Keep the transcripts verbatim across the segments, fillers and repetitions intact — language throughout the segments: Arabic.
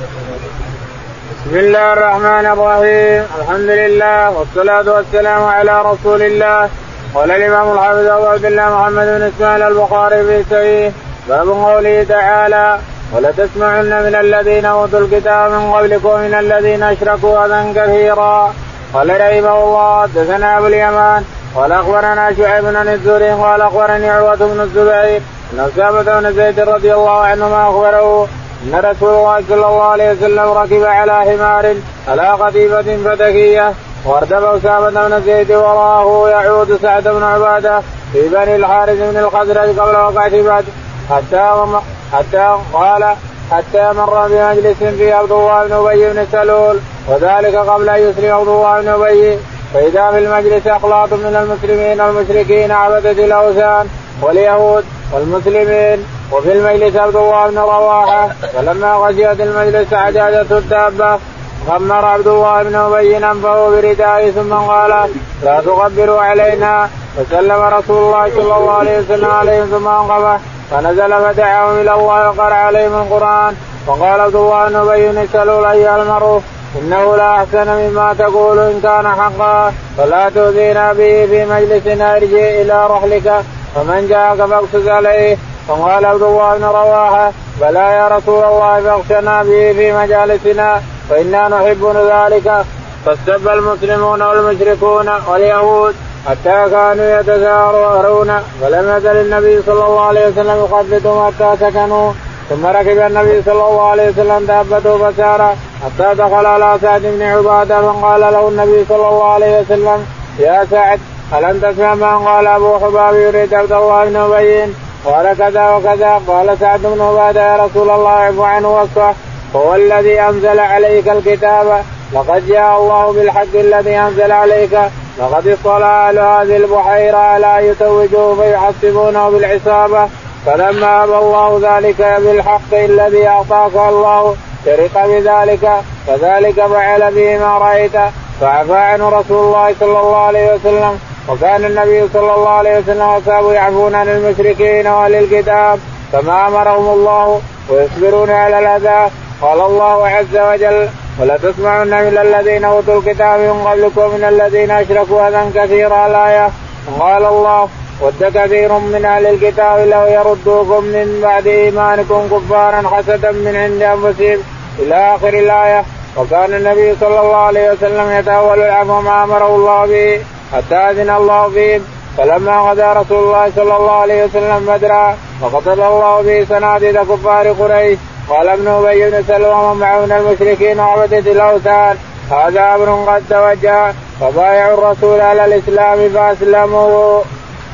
بسم الله الرحمن الرحيم. الحمد لله والصلاة والسلام على رسول الله. قال الإمام الحافظ أبو عبد الله محمد بن إسماعيل البخاري في صحيح باب قوله تعالى ولتسمعن من الذين أوتوا الكتاب من قبلكم ومن الذين أشركوا أذى كثيرا. قال رحمه الله حدثنا أبو اليمان قال أخبرنا شعيب بن الزهري قال أخبرني عروة بن الزبير أن أسامة بن زيد رضي الله عنهما أخبره أن رسول الله صلى الله عليه وسلم ركب على حمار على قتيبة فتكية واردف أسامة بن زيد وراءه يعود سعد بن عبادة في بني الحارث بن الخزرج قبل وقعة بدر حتى حتى قال حتى مر بمجلس فيه عبد الله بن أبي بن سلول وذلك قبل أن يسلم عبد الله بن أبي فإذا في المجلس أخلاط من المسلمين والمشركين عبدة الأوثان واليهود والمسلمين وفي المجلس عبد الله بن رواحة فلما غشيت المجلس عجاجته الدابة خمر عبد الله بن أبي أنفه بردائه ثم قال لا تغبروا علينا فسلم رسول الله صلى الله عليه وسلم عليهم ثم انقبه فنزل فدعاهم إلى الله وقرأ عليهم القرآن وقال عبد الله بن أبي بن سلول أيها المرء إنه لا أحسن مما تقول إن كان حقا فلا تؤذينا به في مجلسنا ارجع إلى رحلك فمن جاءك فاقصص عليه. فقال عبد الله بن رواحة بلى يا رسول الله فاغشنا به في مجالسنا فإنا نحب ذلك. فاستب المسلمون والمشركون واليهود حتى كانوا يتزارعون فلم يزل النبي صلى الله عليه وسلم يخبطهم حتى سكنوا ثم ركب النبي صلى الله عليه وسلم دابته فسار حتى دخل على سعد بن عبادة فقال له النبي صلى الله عليه وسلم يا سعد ألم تسمع ما قال أبو حباب يريد عبد الله بن أبي قال كذا وكذا. قال سعد بن عبادة يا رسول الله اعف عنه واصفح هو الذي أنزل عليك الكتاب لقد جاء الله بالحق الذي أنزل عليك لقد اطلع أهل هذه البحيرة على يتوجوه فيحسبونه بالعصابة فلما أبى الله ذلك بالحق الذي أعطاك الله شرق بذلك فذلك فعل به ما رأيت فعفى عنه رسول الله صلى الله عليه وسلم. وكان النبي صلى الله عليه وسلم وأصحابه يعفون عن المشركين وأهل الكتاب كما أمرهم الله ويصبرون على الأذى. قال الله عز وجل ولا تسمعن من الذين أوتوا الكتاب من قبلكم من الذين أشركوا أذى كثيرا الآية. قال الله ود كثير من أهل الكتاب لو يردوكم من بعد إيمانكم كفارا حسدا من عند أنفسهم إلى آخر الآية. وكان النبي صلى الله عليه وسلم يتأول العفو ما أمره الله به حتى أذن الله فيه. فلما غزا رسول الله صلى الله عليه وسلم بدرا وقتل الله به صناديد كفار قريش قال ابن أبي بن سلول ومعه من المشركين وعبدة الأوثان هذا أمر قد توجه فبايعوا الرسول على الإسلام فأسلموا.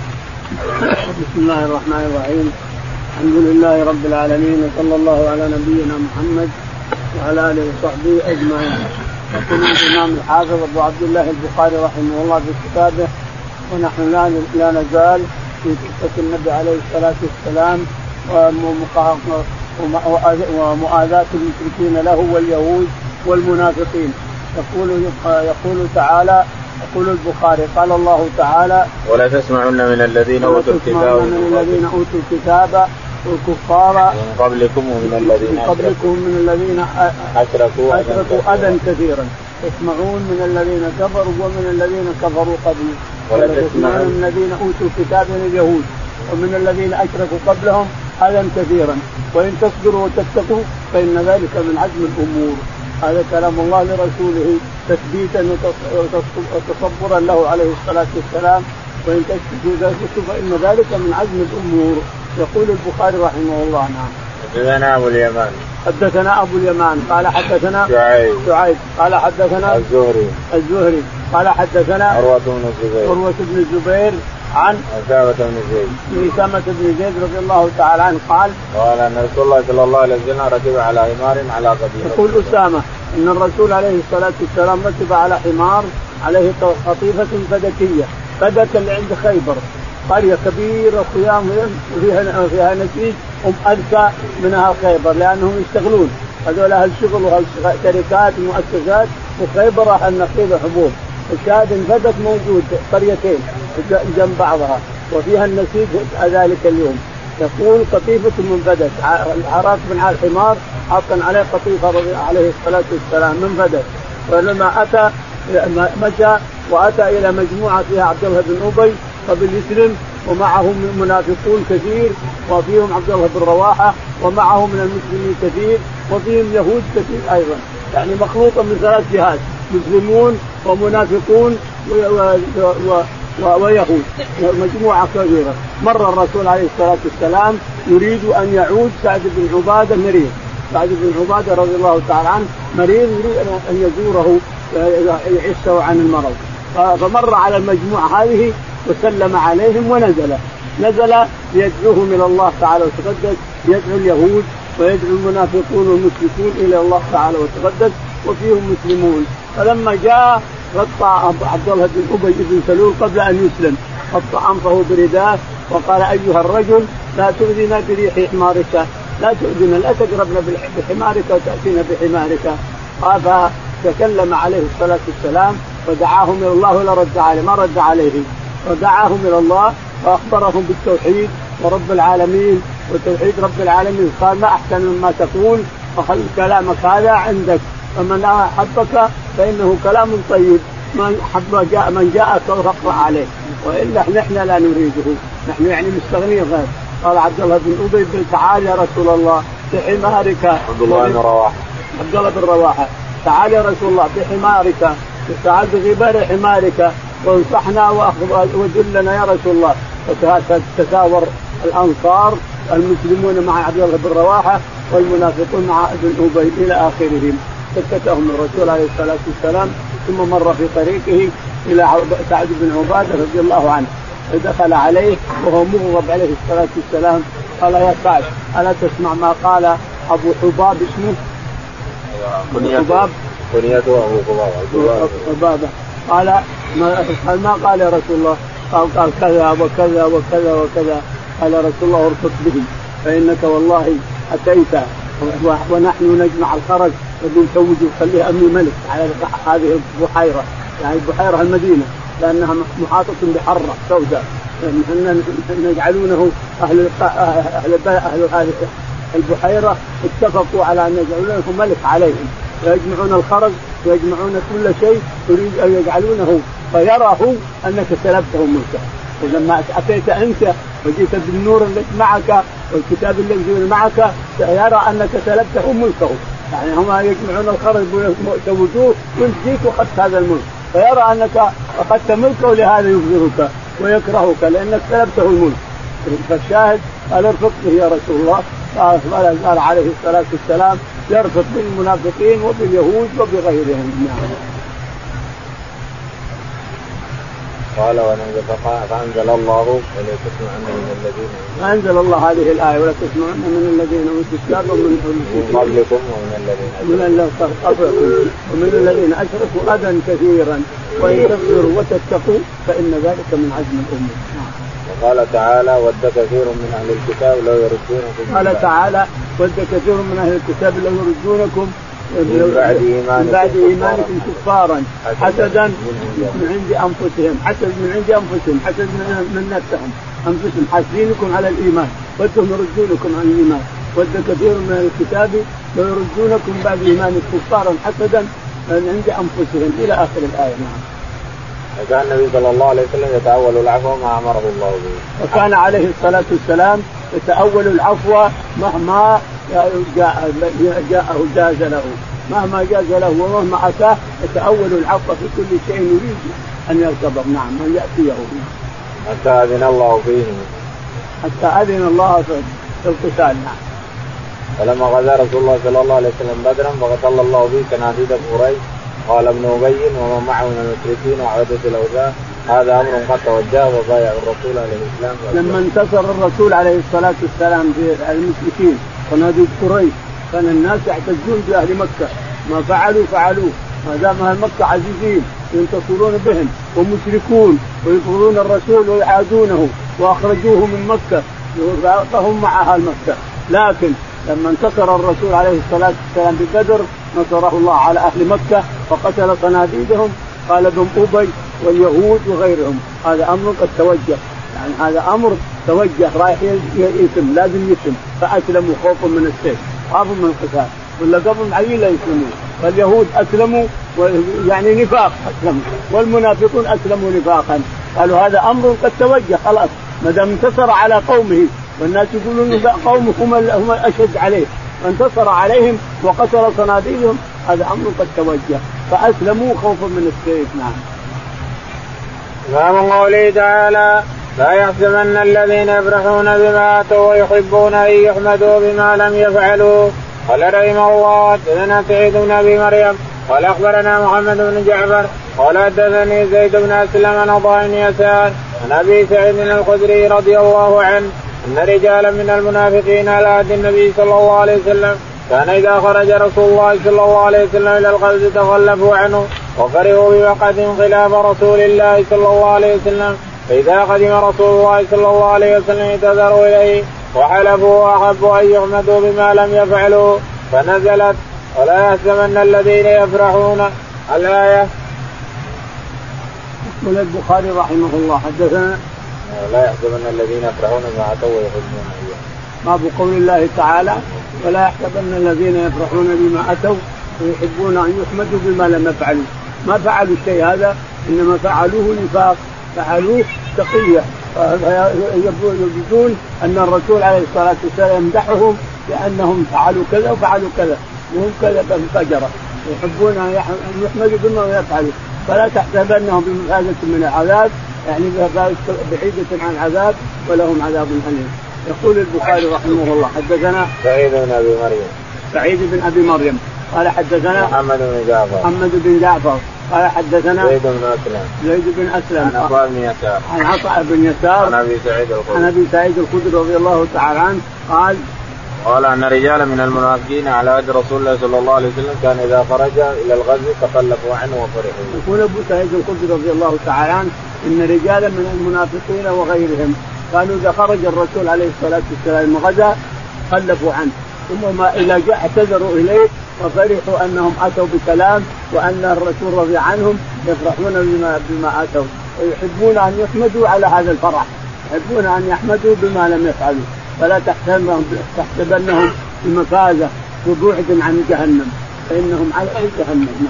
بسم الله الرحمن الرحيم. الحمد لله رب العالمين وصلى الله على نبينا محمد وعلى آله وصحبه أجمعين. يقول الإمام الحافظ أبو عبد الله البخاري رحمه الله في كتابه ونحن لا نزال في قصة النبي عليه الصلاة والسلام ومؤاذاة المشركين له واليهود والمنافقين. يقول يقول تعالى يقول البخاري قال الله تعالى ولا تسمعن من الذين أوتوا الكتاب من الذين أوتوا الكتاب والكفار من قبلكم ومن الذين من قبلكم من الذين أشركوا أشركوا أذى كثيرا تسمعون من الذين كفروا ومن الذين كفروا قبل ولا تسمعون من الذين أوتوا الكتاب من اليهود ومن الذين أشركوا قبلهم أذى كثيرا وإن تصبروا وتتقوا فإن ذلك من عزم الأمور. هذا كلام الله لرسوله تثبيتا وتصبرا له عليه الصلاة والسلام. وإن تشركوا ذلك فإن ذلك من عزم الأمور. يقول البخاري رحمه الله نعم. حدثنا أبو اليمان حدثنا أبو اليمان قال حدثنا شعيب شعيب قال حدثنا الزهري الزهري قال حدثنا عروة بن الزبير عروة بن الزبير عن أسامة بن زيد أسامة بن زيد رضي الله تعالى عنه قال قال أن رسول الله صلى الله عليه وسلم ركب على حمار على قتيبة. يقول أسامة أن الرسول عليه الصلاة والسلام ركب على حمار عليه قطيفة فدكية فدك اللي عند خيبر قرية كبيرة خيام وفيها فيها نسيج هم أذكى منها خيبر لأنهم يشتغلون هذول أهل شغل وشركات ومؤسسات وخيبر أهل نقيب حبوب. الشاهد فدك موجود قريتين جنب بعضها وفيها النسيج ذلك اليوم يقول قطيفة من فدك، راكب على الحمار حاطا عليه قطيفة عليه الصلاة والسلام من فدك. فلما أتى مشى وأتى إلى مجموعة فيها عبد الله بن أبي قبل يسلم، ومعهم منافقون كثير، وفيهم عبد الله بن رواحة، ومعهم من المسلمين كثير، وفيهم يهود كثير أيضا، يعني مخلوطة من ثلاث جهات، مسلمون ومنافقون ويهود، مجموعة كبيرة. مر الرسول عليه الصلاة والسلام يريد أن يعود سعد بن عبادة مريض، سعد بن عبادة رضي الله تعالى عنه مريض يريد أن يزوره يعشه عن المرض، فمر على المجموعة هذه وسلم عليهم ونزل نزل ليدعوهم إلى الله تعالى وتقدس، يدعو اليهود ويدعو المنافقون والمشركون إلى الله تعالى وتقدس، وفيهم مسلمون. فلما جاء غطى عبد الله بن أبي بن سلول قبل أن يسلم، غطى أنفه برداه وقال أيها الرجل لا تؤذنا بريح حمارك، لا تؤذنا، لا تقربنا بحمارك وتأتينا بحمارك. فتكلم عليه الصلاة والسلام ودعاهم إلى الله ولا رد عليه، ما رد عليهم، ودعاهم إلى الله وأخبرهم بالتوحيد ورب العالمين وتوحيد رب العالمين. قال ما أحسن مما تقول، وخل كلامك هذا عندك، فمن أحبك فإنه كلام طيب، من حب جاء من جاءك فاقرأ عليه، وإلا نحن لا نريده، نحن يعني مستغنين غير. قال عبد الله بن أبي بن تعال يا رسول الله بحمارك، عبد الله بن رواحة عبد الله بن رواحة تعال يا رسول الله بحمارك، تعال بغبار حمارك وانصحنا ودلنا يا رسول الله. فتساور الأنصار المسلمون مع عبد الله بن رواحة والمنافقون مع ابن أبي إلى آخرهم، سكتهم الرسول عليه الصلاة والسلام. ثم مر في طريقه إلى سعد بن عبادة رضي الله عنه، دخل عليه وهو مغضب عليه الصلاة والسلام. قال يا سعد ألا تسمع ما قال أبو حباب اسمه أبو حباب كنيته أبو حبابة، قال ما, ما قال يا رسول الله؟ قال, قال كذا وكذا وكذا وكذا. قال رسول الله ارفق به فإنك والله أتيت ونحن نجمع الخرج ونسوي خليه أمي ملك على هذه البحيرة، يعني البحيرة المدينة لأنها محاطة بحرة سوداء، نجعلونه أهل أهل أهل هذه البحيرة اتفقوا على أن يجعلونه ملك عليهم، ويجمعون الخرج ويجمعون كل شيء، يريد أن يجعلونه فيراه أنك سلبته ملكه. ولما أتيت أنت وجئت بالنور الذي معك والكتاب الذي معك يرى أنك سلبته ملكه، يعني هم يجمعون الخرج ويزوجوه ويمسيك وأخذت هذا الملك، فيرى أنك أخذت ملكه لهذا يبغضك ويكرهك لأنك سلبته الملك. فالشاهد قال ارفق به يا رسول الله. قال عليه الصلاة والسلام يرفق بالمنافقين وباليهود وبغيرهم. قال فأنزل الله ولا تسمعن من الذين أنزل الله هذه الآية ولا تسمعن من الذين أوتوا الكتاب ومن قبلكم ومن الذين من قبلكم ومن الذين أشركوا أذى كثيرا وإن تصبروا وتتقوا فإن ذلك من عزم الأمور. وقال تعالى ود كثير من أهل الكتاب لو يردونكم قال تعالى ود كثير من أهل الكتاب لو يردونكم من بعد إيمانكم, بعد إيمانكم كفارا حسدا من عند أنفسهم، حسد من عند أنفسهم، حسد من نفسهم، أنفسهم حاسدينكم على الإيمان ودهم يردونكم عن الإيمان. ود كثير من الكتاب لو يردونكم بعد إيمانكم كفارا حسدا من عند أنفسهم إلى آخر الآية. نعم. وكان النبي صلى الله عليه وسلم يتأول العفو ما أمره الله به. وكان عليه الصلاة والسلام يتأول العفو مهما جاء جاءه جاز له، مهما جاز له ومهما أتاه يتأول العفو في كل شيء يريد أن يرتضى. نعم من يأتيه حتى أذن الله فيه، حتى أذن الله في القتال. نعم. فلما غزا رسول الله صلى الله عليه وسلم بدرا فقتل الله به كناديد قريش. قال ابن أبي ومن معه من المشركين وعبدة الأوثان هذا أمر قد توجه وبايع الرسول عليه السلام. لما انتصر الرسول عليه الصلاة والسلام على المشركين ونادوا قريش كان الناس يحتجون بأهل مكة، ما فعلوا فعلوه ما دام أهل مكة عزيزين ينتصرون بهم ومشركون ويبغضون الرسول ويعادونه وأخرجوه من مكة فهم مع أهل مكة. لكن لما انتصر الرسول عليه الصلاة والسلام ببدر نصره الله على أهل مكة وقتل صناديدهم. قال ابن أبي واليهود وغيرهم هذا أمر قد توجه، يعني هذا أمر توجه رايح يسلم لازم يسلم فأسلموا خوفا من السيف خافوا من القتال ولا قبل عيل لا يسلمون. فاليهود أسلموا يعني نفاق أسلموا والمنافقون أسلموا نفاقا. قالوا هذا أمر قد توجه خلاص ما دام انتصر على قومه والناس يقولون قومه هم هم الأشد عليه انتصر عليهم وقتل صناديدهم هذا أمر قد توجه فأسلموا خوفا من السيف. نعم. باب قوله تعالى لا يحسبن الذين يفرحون بما أتوا ويحبون أن يحمدوا بما لم يفعلوا. قال رحمه الله حدثنا سعيد بن أبي مريم قال أخبرنا محمد بن جعفر قال حدثني زيد بن أسلم عن عطاء بن يسار عن أبي سعيد الخدري رضي الله عنه أن رجالا من المنافقين على عهد النبي صلى الله عليه وسلم كان إذا خرج رسول الله صلى الله عليه وسلم إلى الغزو تخلفوا عنه وكرهوا بوقعة خلاف رسول الله صلى الله عليه وسلم. فإذا قدم رسول الله صلى الله عليه وسلم اعتذروا إليه وحلفوا وأحبوا أن يحمدوا بما لم يفعلوا فنزلت ولا يحسبن الذين يفرحون الآية. يقول البخاري رحمه الله حدثنا لا يحسبن الذين يفرحون بما أتوا ويحبون أن باب قول الله تعالى ولا يحسبن الذين يفرحون بما أتوا ويحبون أن يحمدوا بما لم يفعلوا. ما فعلوا الشيء هذا إنما فعلوه نفاق فعلوه تقية يبدون أن الرسول عليه الصلاة والسلام يمدحهم لأنهم فعلوا كذا وفعلوا كذا وهم كذا فجرة يحبون أن يحمدوا بما لم يفعلوا. فلا تحسبنهم بمفازة من العذاب يعني بعيدة عن العذاب ولهم عذاب أليم. يقول البخاري رحمه الله حدثنا سعيد بن أبي مريم سعيد بن أبي مريم قال حدثنا محمد بن جعفر محمد بن جعفر قال حدثنا زيد بن أسلم زيد بن أسلم عن عطاء بن يسار عن عطاء بن يسار عن أبي سعيد الخدري عن أبي سعيد الخدري رضي الله تعالى عنه قال قال أن رجالا من المنافقين على عهد رسول الله صلى الله عليه وسلم كان إذا خرج إلى الغزو تخلفوا عنه وفرحوا. يقول أبو سعيد الخدري رضي الله تعالى عنه إن رجالا من المنافقين وغيرهم كانوا إذا خرج الرسول عليه الصلاة والسلام غزا خلفوا عنه ثم ما إلى جاء اعتذروا إليه وفرحوا أنهم أتوا بكلام وأن الرسول رضي عنهم يفرحون بما, بما أتوا ويحبون أن يحمدوا على هذا الفرح يحبون أن يحمدوا بما لم يفعلوا. فلا تحسبنهم بمفازة وبعد عن جهنم فإنهم على جهنم.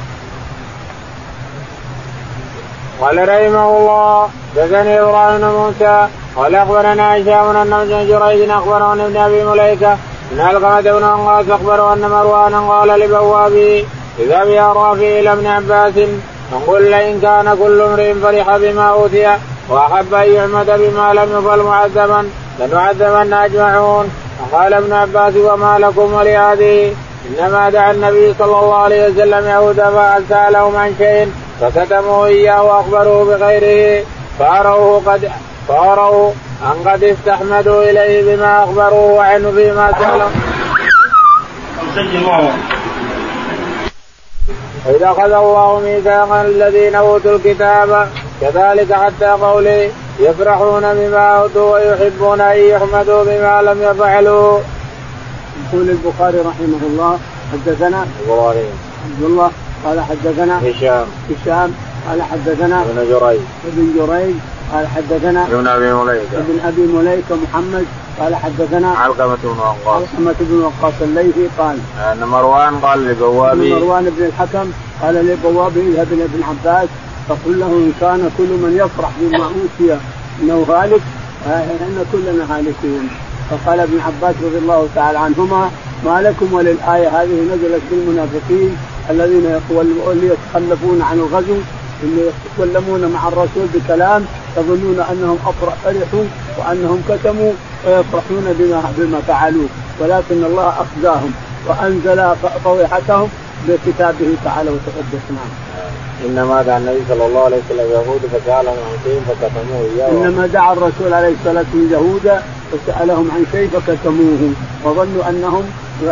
قال رحمه الله حدثني إبراهيم بن موسى قال أخبرنا هشام أن ابن جريج أخبره ابن أبي مليكة أن علقمة بن وقاص أخبره أن مروان قال لبوابه إذا بها رافي إلى ابن عباس نقول لئن كان كل امرئ فرح بما أوتي وأحب أن يحمد بما لم يفعل معذبا لنعذبن أجمعون. فقال ابن عباس وما لكم ولهذه إنما دعا النبي صلى الله عليه وسلم يهود فسألهم عن شيء فكتموا إياه وأخبروه بغيره فأروه قد فأروه أن قد استحمدوا إليه بما أخبروه عنه فيما سألهم. وإذا أخذ الله ميثاق الذين أوتوا الكتاب كذلك حتى قوله يفرحون بما أوتوا ويحبون أن يحمدوا بما لم يفعلوا. يقول البخاري رحمه الله حدثنا إبراهيم عبد الله قال حدثنا هشام هشام قال حدثنا ابن جريج ابن جريج قال حدثنا ابن أبي مليكة ابن أبي مليكة محمد قال حدثنا علقمة بن وقاص علقمة بن وقاص الليثي قال أن مروان قال لبوابه مروان بن الحكم قال لبوابه اذهب إلى ابن عباس فقل له إن كان كل من يفرح بما أوتي إنه هالك إن كلنا هالكون. فقال ابن عباس رضي الله تعالى عنهما ما لكم وللآية هذه نزلت بالمنافقين الذين يتخلفون عن الغزو اللي يتكلمون مع الرسول بكلام يظنون أنهم فرحوا وأنهم كتموا ويفرحون بما, بما فعلوا ولكن الله أخزاهم وأنزل فضيحتهم بكتابه تعالى وتقدس. نعم. إنما دعا النبي صلى الله عليه وسلم يهود فسألهم عن شيء فكتموه إياه. إنما دعا الرسول عليه الصلاة والسلام يهود فسألهم عن شيء فكتموه وظنوا أنهم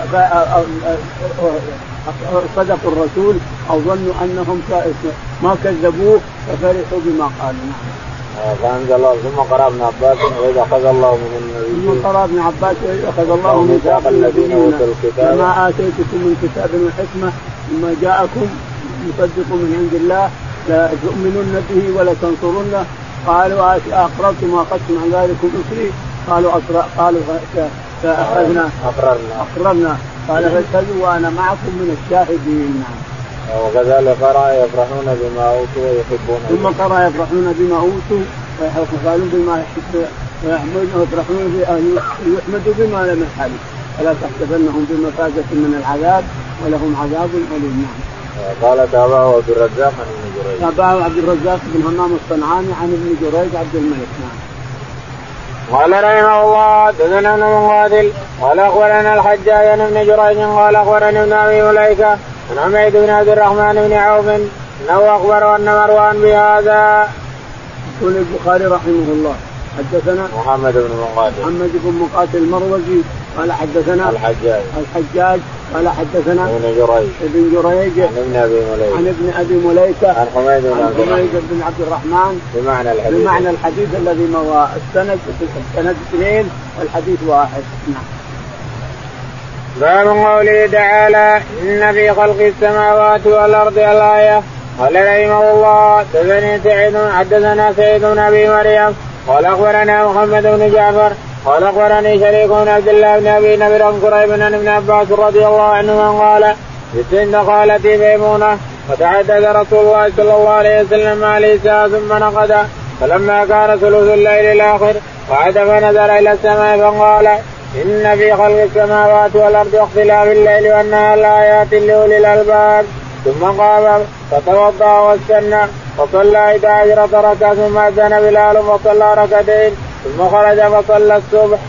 صدقوا الرسول أو ظنوا أنهم ما كذبوه ففرحوا بما قالوا. فأنزل الله ثم قرأ ابن عباس وإذا أخذ الله من النبيين ثم قرأ ابن عباس وإذا أخذ الله ميثاق الذين أوتوا الكتاب ما آتيتكم من كتاب وحكمة مما جاءكم مصدق من عند الله لا تؤمنون به ولا تنصرونه قالوا أقررتم وأخذتم عن ذلكم إثري؟ قالوا أقرر قالوا فأخذنا أقررنا أقررنا قال فاشهدوا وأنا معكم من الشاهدين. وكذلك قرأ يفرحون بما أوتوا ويحبون ثم قرأ يفرحون بما أوتوا ويحبون بما يحمدون ويفرحون يحمدوا بما لم يفعلوا فلا تحسبنهم بمفازة من العذاب ولهم عذاب أليم. قال تابعه عبد الرزاق عن ابن جريج. تابعه عبد الرزاق بن همام الصنعاني عن ابن جريج عبد الملك. نعم. قال رحمه الله حدثنا ابن مقاتل قال اخبرنا الحجاج بن جريج قال اخبرني ابن ابي مليكه عن حميد بن عبد الرحمن بن عوف انه اخبر ان مروان بهذا. يقول البخاري رحمه الله حدثنا محمد بن مقاتل محمد بن مقاتل المروزي قال حدثنا الحجاج الحجاج قال حدثنا ابن جريج ابن جريج عن ابن ابي مليكه عن ابن ابي مليكه عن حميد بن عبد الرحمن بن عبد الرحمن بمعنى الحديث بمعنى الحديث الذي هو السند السند اثنين والحديث واحد. نعم. باب قوله تعالى إن في خلق السماوات والأرض الآية. قال رحمه الله حدثني سعيد حدثنا سعيد بن أبي مريم قال أخبرنا محمد بن جعفر قال أخبرني شريك بن عبد الله بن أبي نمر عن قريب عن ابن عباس رضي الله عنهما قال جئت خالتي ميمونة فتحدث رسول الله صلى الله عليه وسلم عليه ساعة ثم نقض فلما كان ثلث الليل الآخر قعد فنظر إلى السماء فقال إن في خلق السماوات والأرض واختلاف الليل والنهار لآيات لأولي الألباب. ثم قام فتوضأ واستنى فصلى إحدى عشرة ركعة ثم أذن بلال فصلى ركعتين ثم خرج فصلى الصبح.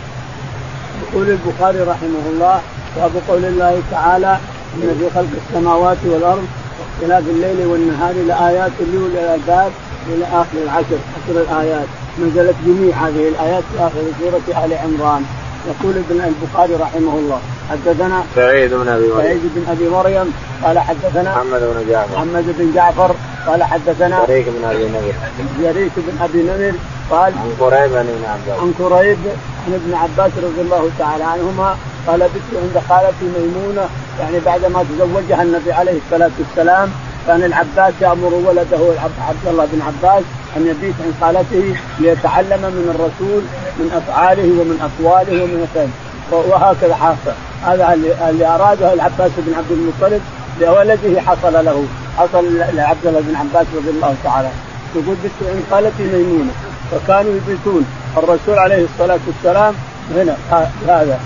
يقول البخاري رحمه الله باب قول الله تعالى إن في خلق السماوات والأرض واختلاف الليل والنهار لآيات لأولي الألباب إلى آخر العشر عشر الآيات نزلت جميع هذه الآيات في آخر سورة آل عمران. يقول ابن البخاري رحمه الله حدثنا سعيد بن ابي مريم سعيد بن ابي مريم قال حدثنا محمد بن جعفر محمد بن جعفر قال حدثنا شريك بن ابي نمر شريك بن ابي نمر قال عن قريب بن عباس عن قريب عن ابن عباس رضي الله تعالى عنهما قال بت عند خالتي ميمونه يعني بعدما تزوجها النبي عليه الصلاه والسلام كان العباس يأمر ولده عبد الله بن عباس أن يبيت عند خالته ليتعلم من الرسول من أفعاله ومن أقواله ومن فعله وهكذا حصل. هذا اللي أراده العباس بن عبد المطلب لولده حصل له حصل لعبد الله بن عباس رضي الله تعالى. يقول بت عند خالتي ميمونة فكانوا يبيتون الرسول عليه الصلاة والسلام هنا هذا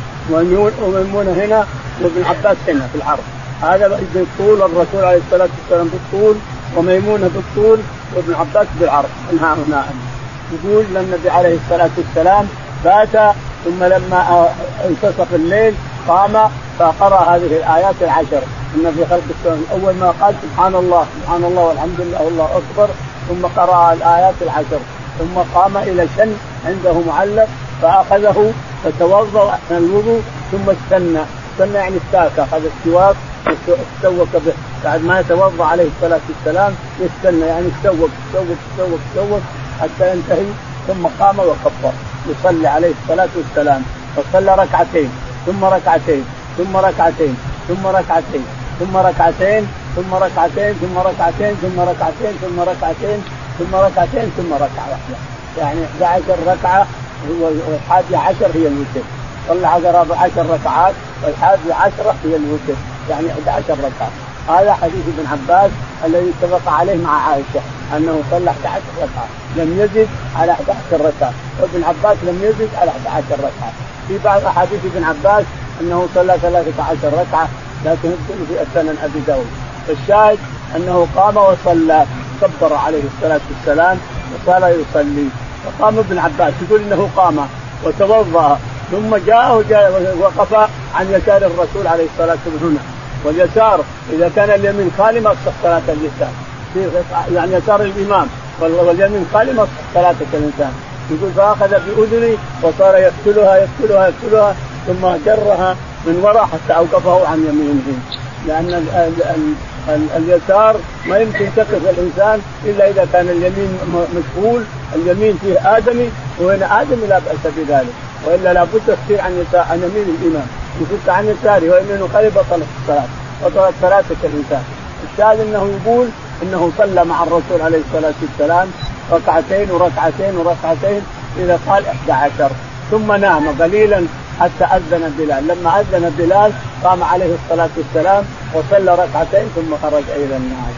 وميمونة هنا وابن عباس هنا في العرض. هذا بالطول الرسول عليه الصلاة والسلام بالطول وميمونة بالطول وابن عباس بالعرض انها هنا. يقول النبي عليه الصلاة والسلام بات ثم لما انتصف الليل قام فقرأ هذه الآيات العشر إن في خلق السماوات أول ما قال سبحان الله سبحان الله والحمد لله والله أكبر ثم قرأ الآيات العشر ثم قام إلى شن عنده معلق فأخذه فتوضأ أحسن الوضوء ثم استنى استنى يعني استاك هذا السواك استوك به بعد ما يتوضأ عليه الصلاة والسلام يستنى يعني استوك استوك استوك استوك حتى ينتهي ثم قام وكبر يصلي عليه الصلاة والسلام فصلى ركعتين ثم ركعتين ثم ركعتين ثم ركعتين ثم ركعتين ثم ركعتين ثم ركعتين ثم ركعتين ثم ركعتين ثم ركعتين ثم ركعة واحدة يعني إحدى عشر ركعة والحادية عشر هي الوتر. صلى عشر عشر ركعات والحادية عشرة هي الوتر يعني إحدى عشر ركعة. هذا حديث ابن عباس الذي اتفق عليه مع عائشة أنه صلى إحدى عشر ركعة لم يزد على إحدى عشر ركعة وابن عباس لم يزد على إحدى عشر ركعة. في بعض أحاديث ابن عباس أنه صلى ثلاثة عشر ركعة لكن يدخل في السنن أبي داود. الشاهد أنه قام وصلى كبر عليه الصلاة والسلام وصار يصلي فقام ابن عباس يقول إنه قام وتوضأ ثم جاء جاء وقف عن يسار الرسول عليه الصلاة والسلام هنا واليسار إذا كان اليمين خالي ما تصح صلاة اليسار يعني يسار الإمام واليمين خالي ما تصح صلاة الإنسان. يقول فأخذ بأذني وصار يقتلها يقتلها يقتلها ثم جرها من وراء حتى أوقفه عن يمينه لأن ال ال ال ال اليسار ما يمكن تقف الإنسان إلا إذا كان اليمين مشغول اليمين فيه آدمي وهنا آدمي لا بأس بذلك وإلا لابد تصير عن يسار عن يمين الإمام يصير عن يساره ويمينه خالي بطلت الصلاة بطلت صلاة الإنسان. الشاهد أنه يقول أنه صلى مع الرسول عليه الصلاة والسلام ركعتين وركعتين وركعتين إذا قال إحدى عشر، ثم نام قليلا حتى أذن بلال. لما أذن بلال قام عليه الصلاة والسلام وصلى ركعتين ثم خرج إلى الناس.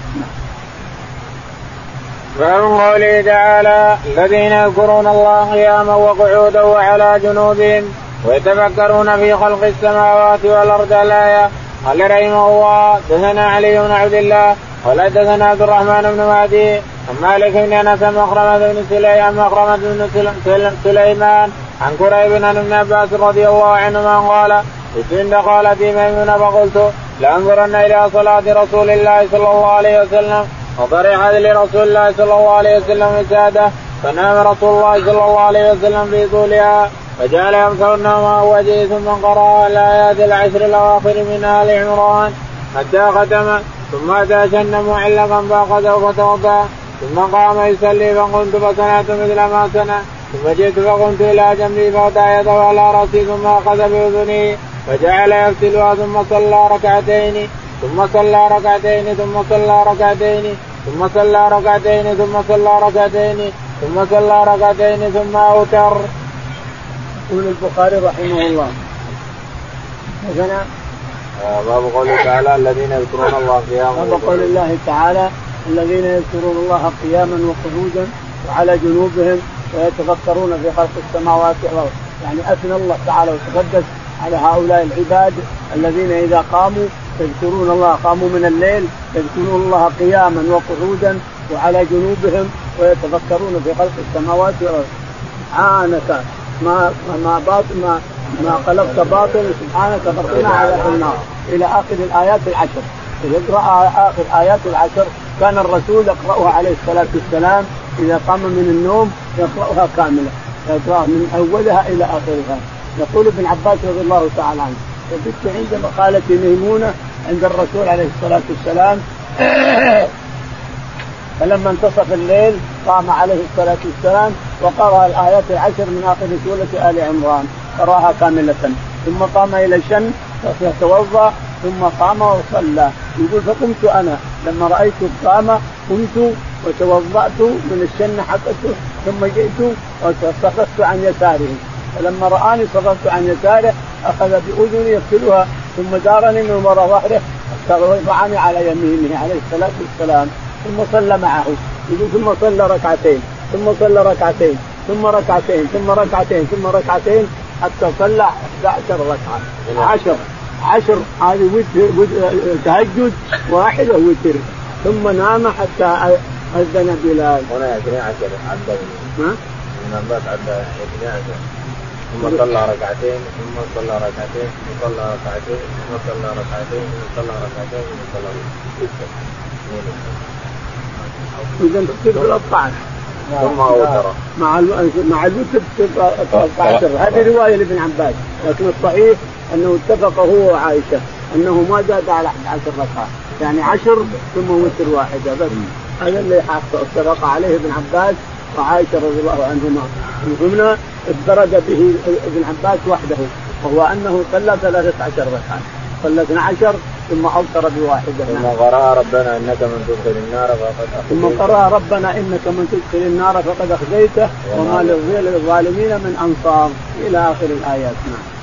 فمن قوله تعالى الذين يذكرون الله قياما وقعودا وعلى جنوبهم ويتفكرون في خلق السماوات والأرض الآية. قال رحمه الله دثنا علي بن عبد الله ولا دثنا عبد الرحمن بن مهدي عن مالك بن أنس مخرمة بن سليمان مخرمة بن سليمان عن كريب عن ابن عباس رضي الله عنهما قال إذ قالت ميمونة فقلت لأنظرن إلى صلاة رسول الله صلى الله عليه وسلم وطرحت لرسول الله صلى الله عليه وسلم وساده فنام رسول الله صلى الله عليه وسلم في طولها فجعل يمسح النوم وجهه ثم قرأ الآيات العشر الأواخر من آل عمران حتى ختم ثم أتى شن معلقا فأخذه فتوضأ ثم قام يصلي فقمت فصنعت مثل ما صنع ثم جئت فقمت إلى جنبي فوضع يده على رأسي ثم أخذ بأذني فجعل يغسلها ثم صلى ركعتين ثم صلى ركعتين ثم صلى ركعتين ثم صلى ركعتين ثم صلى ركعتين ثم صلى ركعتين ثم أوتر. يقول البخاري رحمه الله مثلا باب قوله تعالى الذين يذكرون الله قياما باب قول الله تعالى الذين يذكرون الله قياما وقعودا وعلى جنوبهم ويتفكرون في خلق السماوات والأرض. يعني أثنى الله تعالى وتقدس على هؤلاء العباد الذين إذا قاموا يذكرون الله، قاموا من الليل يذكرون الله قياما وقعودا وعلى جنوبهم ويتفكرون في خلق السماوات والأرض. سبحانك ما ما باطل ما ما خلقت باطل سبحانك فقنا على النار إلى آخر الآيات العشر. يقرأ آخر آيات العشر كان الرسول يقرأها عليه الصلاة والسلام إذا قام من النوم يقرأها كاملة، يقرأها من أولها إلى آخرها. يقول ابن عباس رضي الله تعالى عنه وبت عندما قالت ميمونة عند الرسول عليه الصلاة والسلام فلما انتصف الليل قام عليه الصلاة والسلام وقرأ الآيات العشر من آخر سورة آل عمران قرأها كاملة ثم قام إلى الشن فتوضأ ثم قام وصلى. يقول فقمت أنا لما رأيت قام قمت وتوضأت من الشن حقته ثم جئت وصففت عن يساره فلما رآني صففت عن يساره أخذ بأذني يغسلها ثم دارني من وراء ظهره وضعني على يمينه عليه الصلاة والسلام ثم صلى معه. يقول ثم صلى ركعتين ثم صلى ركعتين ثم ركعتين ثم ركعتين ثم ركعتين حتى صلى أحد عشر ركعة عشر عشر هذه وتر تهجد واحدة وتر ثم نام حتى أذن بلال. هنا اثني عشر عدد ها؟ من بس عدد اثني عشر ثم صلى ركعتين ثم صلى ركعتين ثم صلى ركعتين ثم صلى ركعتين ثم صلى ركعتين ثم صلى ركعتين إذا تصير أربعة ثم أوتر مع مع الوتر عشر. هذه رواية لابن عباس لكن الصحيح أنه اتفق هو وعائشة أنه ما زاد على أحد عشر ركعة يعني عشر ثم وتر واحدة بس. هذا اللي اتفق عليه ابن عباس وعائشة رضي الله عنهما. هنا اتبرد به ابن عباس وحده وهو أنه صلى ثلاثة عشر ركعة صلى اثنا عشر ثم أوتر بواحدة. ثم قرأ ربنا إنك من تدخل النار فقد أخزيته ثم قرأ ربنا إنك من تدخل النار فقد أخزيته وما للظالمين من أنصار إلى آخر الآيات.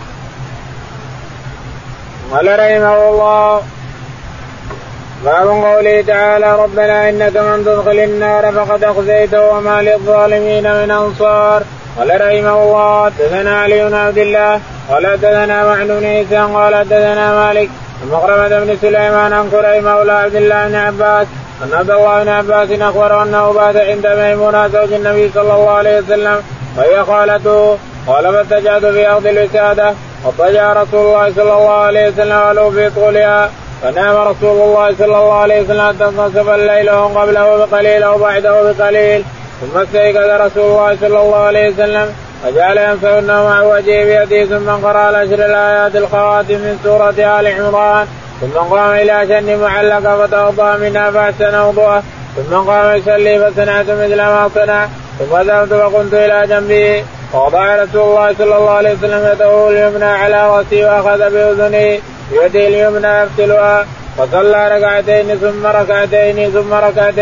قال رحمه الله باب قوله تعالى ربنا إنك من تدخل النار فقد أخزيته وما للظالمين من أنصار. قال رحمه الله حدثنا علي بن عبد الله قال حدثنا معن بن هشام قال حدثنا مالك عن مخرمة بن سليمان عن كريم مولى عبد الله بن عباس أن عبد الله بن عباس أخبره أنه بات عند ميمونة زوج النبي صلى الله عليه وسلم وهي خالته قال فاتجعت في أرض الوسادة وضجع رسول الله صلى الله عليه وسلم ولو في طولها فنام رسول الله صلى الله عليه وسلم حتى انتصف الليل قبله بقليل أو بعده بقليل ثم استيقظ رسول الله صلى الله عليه وسلم وجعل يمسح النوم مع وجهه بيده ثم قرأ العشر الآيات الخواتم من سورة آل عمران ثم قام إلى شن معلقة فتوضأ منها فأحسن وضوءه ثم قام يصلي فصنعت مثل ما صنع ثم ذهبت وقمت إلى جنبه ووضع رسول الله صلى الله عليه وسلم يده اليمنى على رأسي وأخذ بأذني بيده اليمنى يغسلها فصلى ركعتين ثم ركعتين ثم ركعتين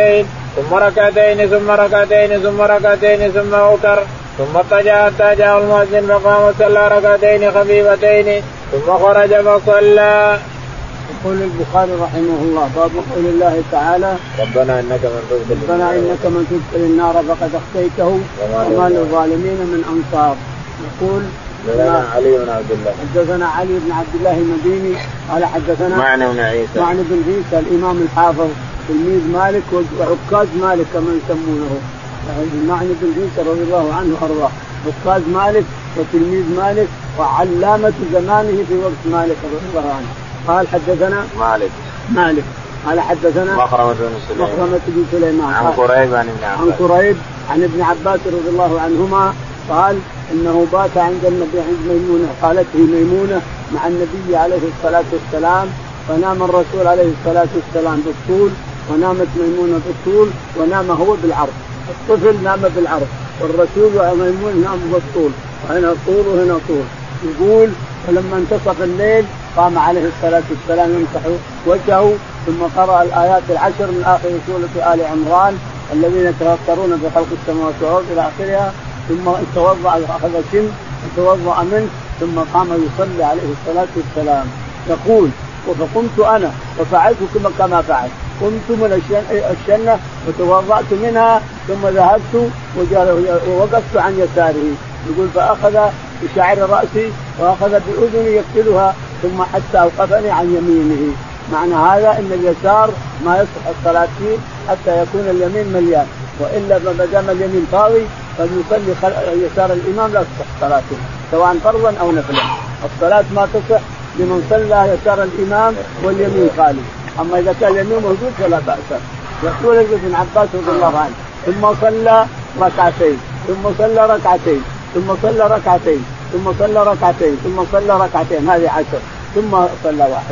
ثم ركعتين ثم ركعتين ثم ركعتين ثم أوتر ثم اضطجع حتى جاء المؤذن فقام وصلى ركعتين خفيفتين ثم خرج فصلى. يقول البخاري رحمه الله باب قول الله تعالى ربنا إنك من تدخل ربنا إنك من تدخل النار فقد أخزيته وما للظالمين من أنصار. يقول حدثنا علي بن عبد الله حدثنا علي بن عبد الله المديني قال حدثنا معنى بن عيسى معنى بن عيسى الإمام الحافظ تلميذ مالك وعكاز مالك كما يسمونه. معنى بن عيسى رضي الله عنه أرضاه عكاز مالك وتلميذ مالك وعلامة زمانه في وقت مالك رضي الله عنه. قال حدثنا مالك مالك قال حدثنا مخرمة بن سليمان مخرمة بن سليمان عن قريب عن ابن عباس عن قريب عن ابن عباس رضي الله عنهما قال إنه بات عند النبي عند ميمونة قالته ميمونة مع النبي عليه الصلاة والسلام فنام الرسول عليه الصلاة والسلام بالطول ونامت ميمونة بالطول ونام هو بالعرض. الطفل نام بالعرض والرسول وميمون نام بالطول وهنا طول وهنا طول. يقول فلما انتصف الليل قام عليه الصلاة والسلام يمسح وجهه ثم قرأ الآيات العشر من آخر سورة آل عمران الذين يتفكرون في خلق السماوات والأرض إلى آخرها ثم توضأ أخذ شم وتوضأ منه ثم قام يصلي عليه الصلاة والسلام. يقول فقمت أنا وفعلت كما فعل قمت من الشنة وتوضأت منها ثم ذهبت ووقفت عن يساره. يقول فأخذ بشعر رأسي وأخذ بأذني يقتلها ثم حتى أوقفني عن يمينه. معنى هذا أن اليسار ما يصح الصلاة فيه حتى يكون اليمين مليان وإلا ما دام اليمين فاضي فليصلي يسار الإمام لا تصح صلاته سواء فرضا أو نفلا. الصلاة ما تصح لمن صلى يسار الإمام واليمين خالي. أما إذا كان اليمين موجود فلا بأس. يقول ابن عباس رضي الله عنه ثم صلى ركعتين ثم صلى ركعتين ثم صلى ركعتين ثم صلى ركعتين ثم صلى ركعتين هذه عشر ثم صلى واحد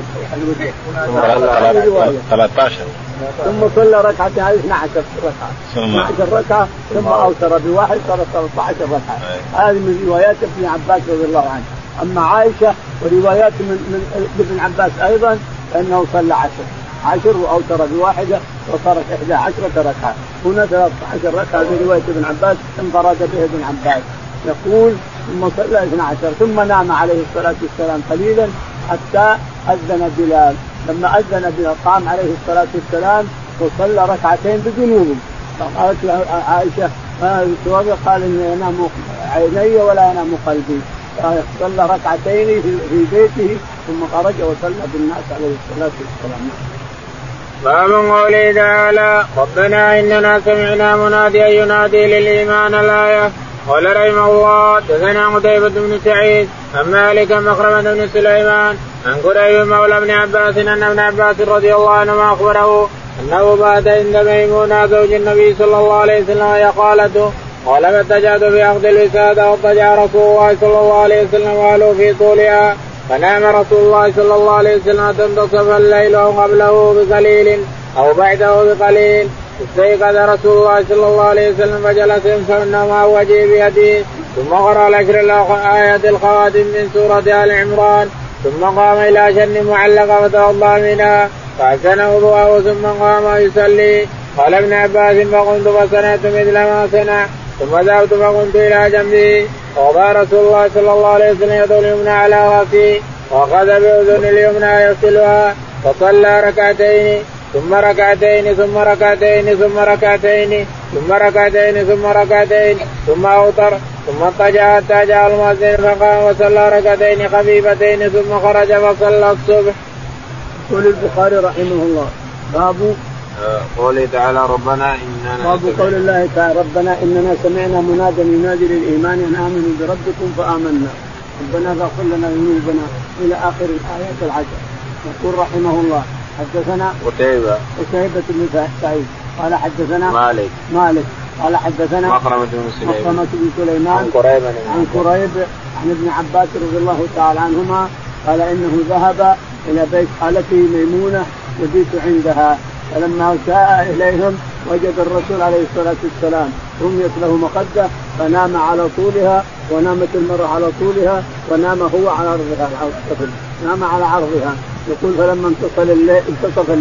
ثلاثة عشر ثم صلى ركعتين هذه اثنا عشر ركعة اثنا عشر ركعة ثم أوتر بواحد صار ثلاثة عشر ركعة. هذه من روايات ابن عباس رضي الله عنه. أما عائشة وروايات من, من ابن عباس أيضا أنه صلى عشر عشر وأوتر بواحدة وصارت إحدى عشرة ركعة. هنا ثلاثة عشر ركعة في رواية ابن عباس انفرد به ابن عباس. يقول ثم صلى اثنا عشر ثم نام عليه الصلاة والسلام قليلا حتى أذن بلال. لما أذن بلال قام عليه الصلاة والسلام وصلى ركعتين بجنوبه. فقالت عائشة قال إن ينام عيني ولا ينام قلبي. صلى ركعتين في بيته ثم خرج وصلى بالناس عليه الصلاة والسلام. باب قوله تعالى ربنا إننا سمعنا مناديا ينادي للإيمان الآية. قال رحمه الله حدثنا قتيبة بن سعيد عن مالك مخرمة بن سليمان عن قريب مولى ابن عباس أن ابن عباس رضي الله عنهما أخبره أنه بات عند ميمونة زوج النبي صلى الله عليه وسلم وهي قالته قال فاتجعت في أخذ الوسادة واتجع رسول الله صلى الله عليه وسلم وقالوا في طولها فنام رسول الله صلى الله عليه وسلم تنتصف الليل أو قبله بقليل أو بعده بقليل. استيقظ رسول الله صلى الله عليه وسلم فجلس يمسح مع وجهه بيده ثم قرأ العشر آيات الخواتم من سورة آل عمران ثم قام إلى شن معلقة فتوضأ منها فأحسن وضوءه ثم قام يصلي. قال ابن عباس فقمت فصنعت مثل ما صنع ثم ذهبت فقمت إلى جنبه ووضع رسول الله صلى الله عليه وسلم يده اليمنى على رأسه وأخذ بأذن اليمنى يغسلها فصلى ركعتين ثم ركعتين ثم ركعتين ثم ركعتين ثم ركعتين ثم ركعتين ثم أوتر ثم اضطجع حتى جاء المؤذن فقام وصلى ركعتين خفيفتين ثم خرج فصلى الصبح. يقول البخاري رحمه الله باب قوله تعالى ربنا إننا باب قول الله تعالى ربنا إننا سمعنا منادى ينادي للإيمان أن آمنوا بربكم فآمنا ربنا فاغفر لنا ذنوبنا إلى آخر الآيات العشر. يقول رحمه الله حدثنا قتيبة قتيبة بن سعيد قال حدثنا مالك مالك قال حدثنا مخرمة بن سليمان مخرمة بن سليمان عن قريب عن قريب عن ابن عباس رضي الله تعالى عنهما قال إنه ذهب إلى بيت خالته ميمونة يبيت عندها فلما جاء إليهم وجد الرسول عليه الصلاة والسلام رميت له مخدة فنام على طولها ونامت المرأة على طولها ونام هو على عرضها الطفل نام على عرضها. يقول فلما انتصف الليل انتصف الليل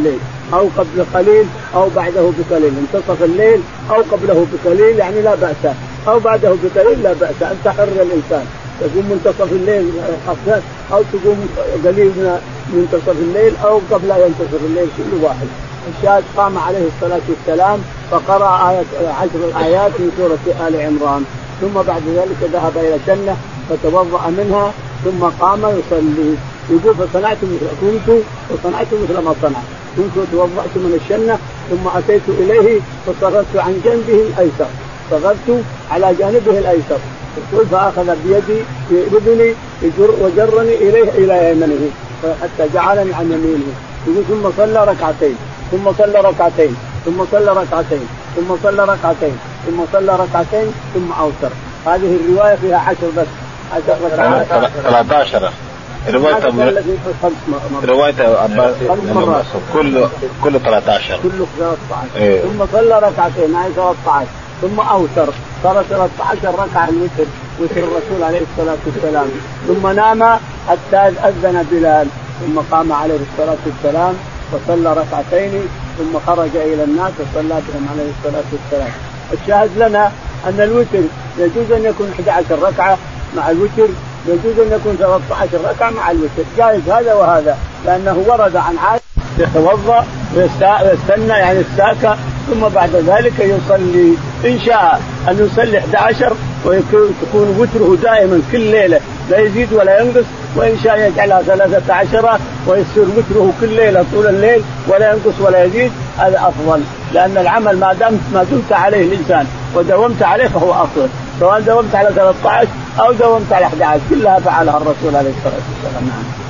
أو قبل قليل أو بعده بقليل، منتصف الليل أو قبله بقليل يعني لا بأس، أو بعده بقليل لا بأس، أنت حر الإنسان تقوم منتصف الليل أو تقوم قليل من منتصف الليل أو قبل أن ينتصف الليل، كل واحد. الشاهد قام عليه الصلاة والسلام فقرأ آية عشر الآيات من سورة آل عمران، ثم بعد ذلك ذهب إلى جنة فتوضأ منها ثم قام يصلي. يقول فصنعت مثل كنت وصنعت مثل ما صنع، كنت توضأت من الشنة ثم أتيت إليه فصرفت عن جنبه الأيسر، صرفت على جانبه الأيسر، يقول فأخذ بيدي بإذني وجرني إليه إلى يمنه حتى جعلني عن يمينه. يقول ثم صلى ركعتين ثم صلى ركعتين ثم صلى ركعتين ثم صلى ركعتين ثم صلى ركعتين ثم أوتر. هذه الرواية فيها عشر بس عشر ركعات ثلاثة عشر رواية رواية عباس كل كل ثلاثة عشر كل ثلاثة عشر إيه. ثم صلى ركعتين معي ثلاثة عشر ثم أوتر، صار ثلاثة عشر ركعة الوتر وتر الرسول عليه الصلاة والسلام. ثم نام حتى أذن بلال ثم قام عليه الصلاة والسلام وصلى ركعتين ثم خرج إلى الناس وصلى بهم عليه الصلاة والسلام. الشاهد لنا أن الوتر يجوز أن يكون أحد عشر ركعة مع الوتر، يجوز أن يكون ثلاثة عشر ركعة مع الوتر، جائز هذا وهذا، لأنه ورد عن عائشة يتوضأ ويستنى يعني الساكة ثم بعد ذلك يصلي. إن شاء أن يصلي أحد عشر ويكون وتره دائما كل ليلة لا يزيد ولا ينقص، وإن شاء يجعلها ثلاثة عشر ويصير وتره كل ليلة طول الليل ولا ينقص ولا يزيد، هذا أفضل، لأن العمل ما دمت ما دمت عليه الإنسان ودومت عليه فهو أفضل، سواء داومت على ثلاثة عشر أو داومت على أحد عشر كلها فعلها الرسول عليه الصلاة والسلام.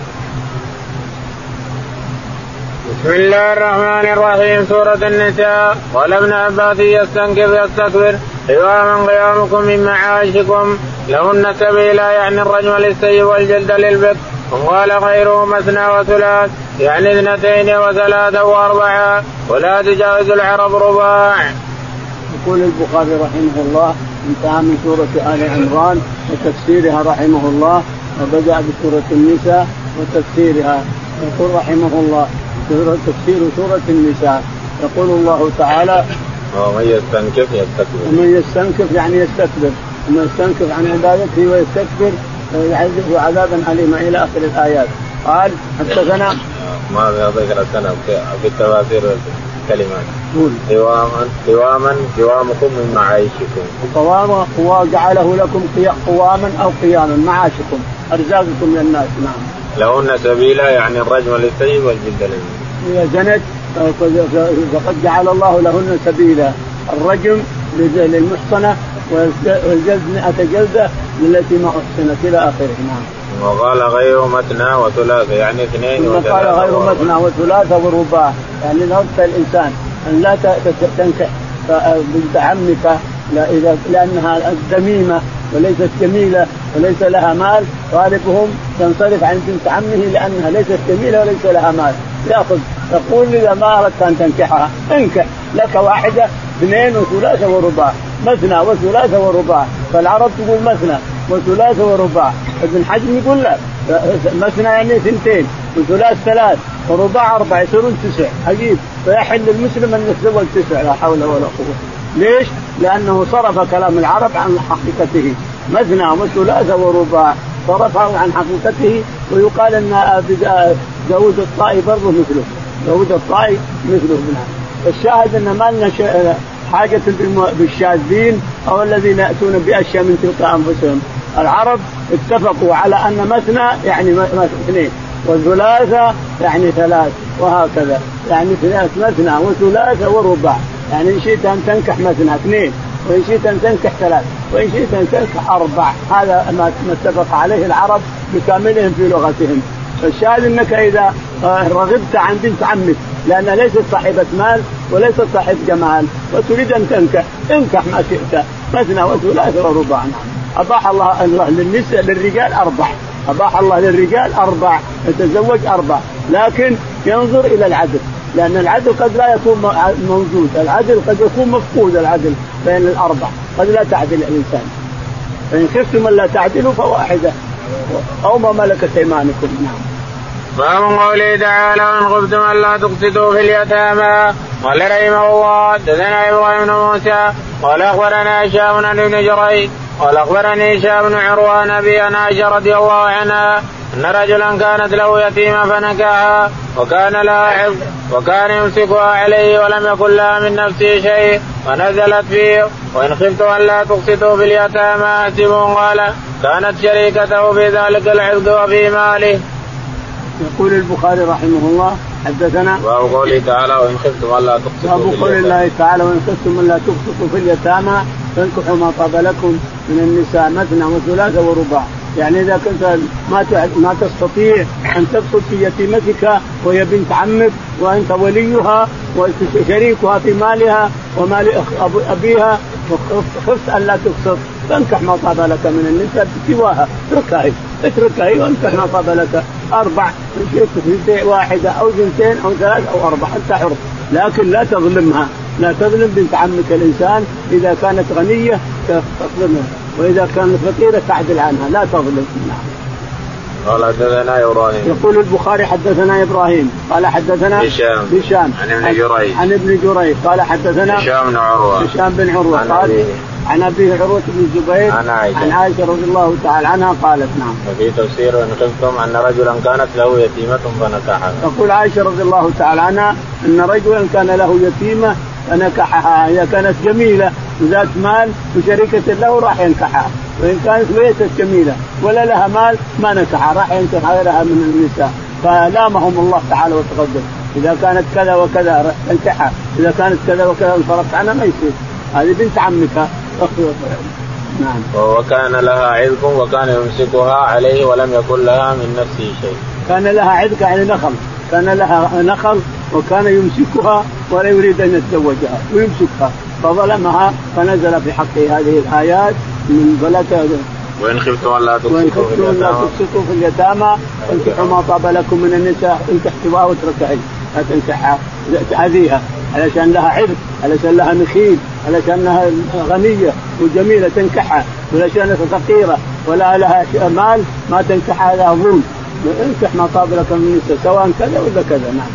بسم الله الرحمن الرحيم. سورة النساء. قال ابن عباس يستنكف يستكبر قواما قيامكم من معاشكم لهن سبيلا يعني الرجم للسيب والجلد للبت، وقال غيره مثنى وثلاث يعني اثنتين وثلاثة وأربعة ولا تجاوز العرب رباع. يقول البخاري رحمه الله انتهى من سورة آل عمران وتفسيرها رحمه الله، وبدأ بسورة النساء وتفسيرها. يقول رحمه الله تفسير سورة النساء، يقول الله تعالى ومن يستنكف يستكبر، ومن يستنكف يعني يستكبر، ومن يستنكف عن عبادته ويستكبر يعذبه عذابا أليما إلى آخر الآيات. قال حدثنا ما ذكر السنة في التفاسير كلمات قواما قواما قوامكم من معايشكم، قواما وجعله لكم قواما أو قياما معاشكم أرزاقكم للناس. نعم. لهن سبيلا يعني الرجم للسيب والجلد للبت. إذا زنت فقد جعل الله لهن سبيلا، الرجم للمحصنة والجلد مئة جلدة التي ما أحسنت إلى آخره. نعم. وقال غير مثنى وثلاثة يعني اثنين وثلاثة. وقال غير مثنى وثلاثة ورباع يعني نص الإنسان أن لا تنكح بنت عمك لأنها ذميمة وليست جميلة وليس لها مال، غالبهم تنصرف عن بنت عمه لأنها ليست جميلة وليس لها مال، يأخذ يقول إذا ما أردت أن تنكحها انكح لك واحدة اثنين وثلاثة ورباع، مثنى وثلاثة ورباع، فالعرب تقول مثنى وثلاثة ورباع، ابن حزم يقول لا مثنى يعني اثنتين وثلاث ثلاث ورباع أربع يصيرون تسع، عجيب، فيحل المسلم أن يتزوج تسع لا حول ولا قوة. ليش؟ لأنه صرف كلام العرب عن حقيقته، مثنى وثلاثة ورباع صرفه عن حقيقته، ويقال أن داود الطائي برضه مثله، داود الطائي مثله. الشاهد أن ما لنا حاجة بالشاذين أو الذين يأتون بأشياء من تلقاء أنفسهم. العرب اتفقوا على أن مثنى يعني اثنين والثلاثة يعني ثلاث وهكذا، يعني مثنى وثلاثة ورباع، يعني إن شئت أن تنكح مثنى اثنين وإن شئت أن تنكح ثلاث وإن شئت أن تنكح أربع، هذا ما اتفق عليه العرب بكاملهم في لغتهم. فالشاهد أنك إذا رغبت عن بنت عمك لأنها ليست صاحبة مال وليست صاحب جمال وتريد أن تنكح انكح ما شئت مثنى وثلاثة ورباع. أباح الله الله للنساء للرجال أربع، أباح الله للرجال أربع يتزوج أربع، لكن ينظر إلى العدل، لأن العدل قد لا يكون موجود، العدل قد يكون مفقود، العدل بين الأربع قد لا تعدل الإنسان، فإن خفتم أن لا تعدلوا فواحدة أو ما ملكت أيمانكم. نعم. باب قوله تعالى وإن خفتم ألا تقسطوا في اليتامى. قال رحمه الله حدثنا إبراهيم بن موسى قال أخبرنا هشام بن ابن جريج قال أخبرني هشام بن عروة عن أبي عائشة رضي الله عنها أن رجلا كانت له يتيمة فنكحها وكان لها عبد وكان يمسكها عليه ولم يكن لها من نفسه شيء ونزلت فيه وإن خفتم ألا تقسطوا في اليتامى أحسبوا. قال كانت شريكته في ذلك العبد وفي ماله. يقول البخاري رحمه الله حدثنا باب قوله تعالى وإن خفتم ألا تقسطوا باب قول الله تعالى وإن خفتم ألا تقسطوا في اليتامى فانكحوا ما طاب لكم من النساء مثنى وثلاث ورباع. يعني إذا كنت ما ما تستطيع أن تقسط في يتيمتك وهي بنت عمك وأنت وليها وشريكها في مالها ومال أبيها وخفت ألا تقسط فانكح ما طاب لك من النساء سواها اتركها اتركها وانكح ما طاب لك أربع في واحدة أو اثنتين أو ثلاث أو أربع أنت حر، لكن لا تظلمها لا تظلم بنت عمك الإنسان إذا كانت غنية تظلمها وإذا كانت فقيرة تعدل عنها لا تظلم. قال حدثنا إبراهيم. يقول البخاري حدثنا إبراهيم قال حدثنا هشام هشام عن ابن جريج عن ابن جريج قال حدثنا هشام بن عروة هشام بن عروة قال عن أبيه عروة بن الزبير عن عائشة عن عائشة رضي الله تعالى عنها قالت نعم. وفي تفسير وإن خفتم أن رجلا كانت له يتيمة فنكحها. تقول عائشة رضي الله تعالى عنها أن رجلا كان له يتيمة فنكحها هي كانت جميلة وذات مال وشريكة له راح ينكحها، وإن كانت ليست جميلة ولا لها مال ما نكحها راح ينكح غيرها من النساء. فلامهم الله تعالى وتقدم إذا كانت كذا وكذا انكحها إذا كانت كذا وكذا انفرقت عنها ما يصير هذه بنت عمك. نعم. وكان لها عذق وكان يمسكها عليه ولم يكن لها من نفسه شيء. كان لها عذق يعني نخل كان لها نخل وكان يمسكها ولا يريد أن يتزوجها ويمسكها فظلمها فنزل في حقه هذه الآيات من ثلاثة. وإن خفتم ألا تقسطوا في اليتامى فانكحوا ما طاب لكم من النساء إن تحتوها واتركها لا تنكحها تأذيها علشان لها عرض علشان لها نخيل علشانها غنية وجميلة تنكحها ولشانها فقيرة ولا لها مال ما تنكحها لها ظلم. انكح ما طاب لك من النساء سواء كذا ولا كذا. نعم.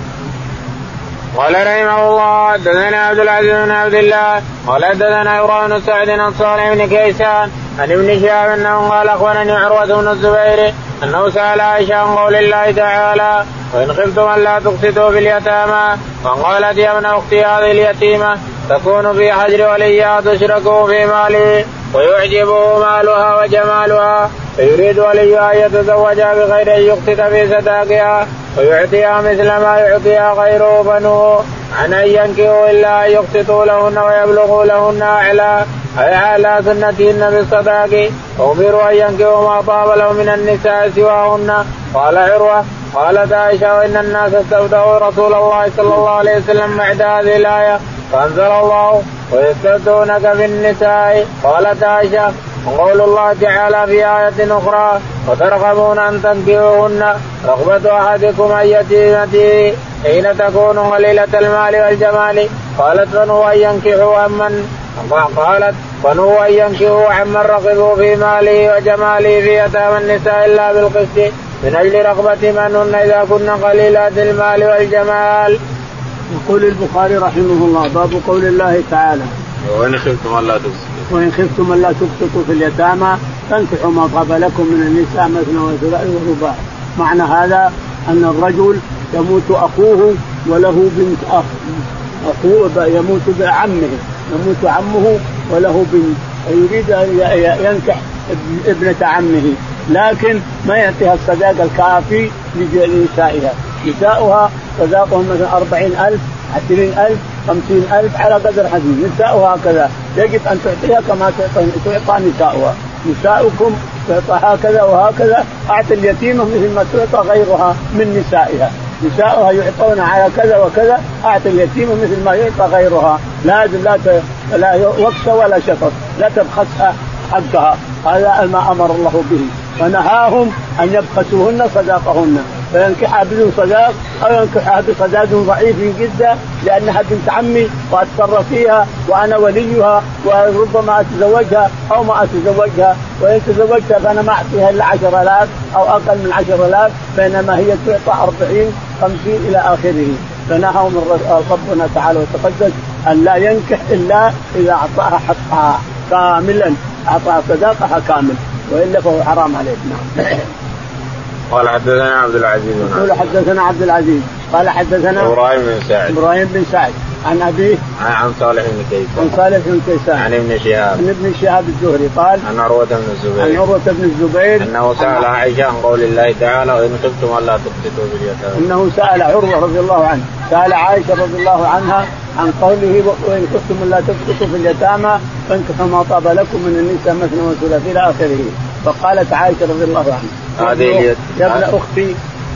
قال رحمه الله حدثنا عبد العزيز بن عبد الله قال حدثنا إبراهيم بن سعد عن صالح بن كيسان عن ابن شهاب أنه قال أخبرني عروة بن الزبير أنه سأل عائشة عن قول الله تعالى وإن خفتم ألا تقسطوا في اليتامى فقالت يا ابن أختي هذه اليتيمة تكون في حجر وليها تشركه في ماله ويعجبه مالها وجمالها فيريد وليها أن يتزوجها بغير أن يقسط في صداقها ويعطيها مثل ما يعطيها غيره بنوه عن أن ينكحوا إلا أن يقسطوا لهن ويبلغوا لهن أعلى أي على سنتهن بالصداق وأمروا أن ينكحوا ما طاب لهم من النساء سواهن. قال عروة قالت عائشة وإن الناس استفتوا رسول الله صلى الله عليه وسلم بعد هذه الآية فأنزل الله ويستفتونك في النساء. قالت عائشة وقول الله تعالى في آية أخرى وترغبون أن تنكحوهن رغبة أحدكم أن يتيمته حين تكون قليلة المال والجمال. قالت فنهوا أن ينكحوا عمن قالت فنهوا أن ينكحوا عمن رغبوا في ماله وجماله في يتامى النساء إلا بالقسط من أجل رغبة منهن إذا كن قليلات المال والجمال. يقول البخاري رحمه الله باب قول الله تعالى وإن خفتم ألا تقسطوا وإن خفتم ألا تقسطوا في اليتامى فانكحوا ما طاب لكم من النساء مثنى وثلاث ورباع. معنى هذا أن الرجل يموت أخوه وله بنت أخ أخوه يموت بعمه يموت عمه وله بنت يريد أن ينكح ابنة عمه لكن ما يعطيها الصداق الكافي لنسائها. نساؤها صداقهم مثلا أربعين ألف عشرين ألف خمسين ألف على قدر حديث. نساؤها هكذا يجب أن تعطيها كما تعطى نساؤها. نساؤكم تعطى هكذا وهكذا أعطي اليتيمة مثل ما تعطى غيرها من نسائها. نساؤها يعطون على كذا وكذا أعطي اليتيمة مثل ما يعطى غيرها. لازم لا لا وقص ولا شفط لا تبخسها حقها. هذا ما أمر الله به فنهاهم أن يبخسوهن صداقهن فينكحها بدون صداق أو ينكحها بصداق ضعيف جدا لأنها بنت عمي وأتصرف فيها وأنا وليها وربما أتزوجها أو ما أتزوجها، وإن تزوجتها فأنا ما أعطيها إلا عشر آلاف أو أقل من عشر آلاف، بينما هي تعطى أربعين خمسين إلى آخره. فنهاهم ربنا تعالى وتقدس أن لا ينكح إلا إذا أعطاها حقها كاملا، أعطاها صداقها كامل، وإلا فهو حرام عليه. نعم. قال حدثنا عبد العزيز قال حدثنا عبد العزيز قال حدثنا إبراهيم بن سعد إبراهيم بن سعد عن أبيه عن صالح بن كيسان عن صالح بن كيسان عن ابن شهاب عن ابن شهاب الزهري قال عن عروة بن الزبير عن عروة بن الزبير أنه سأل عائشة عن قول الله تعالى وإن خفتم ألا تقسطوا في اليتامى. أنه سأل عروة رضي الله عنه سأل عائشة رضي الله عنها عن قوله وإن خفتم ألا تقسطوا في اليتامى فانكحوا ما طاب لكم من النساء مثنى وثلاث إلى آخره. فقالت عائشة رضي الله عنها هذه يا ابن أختي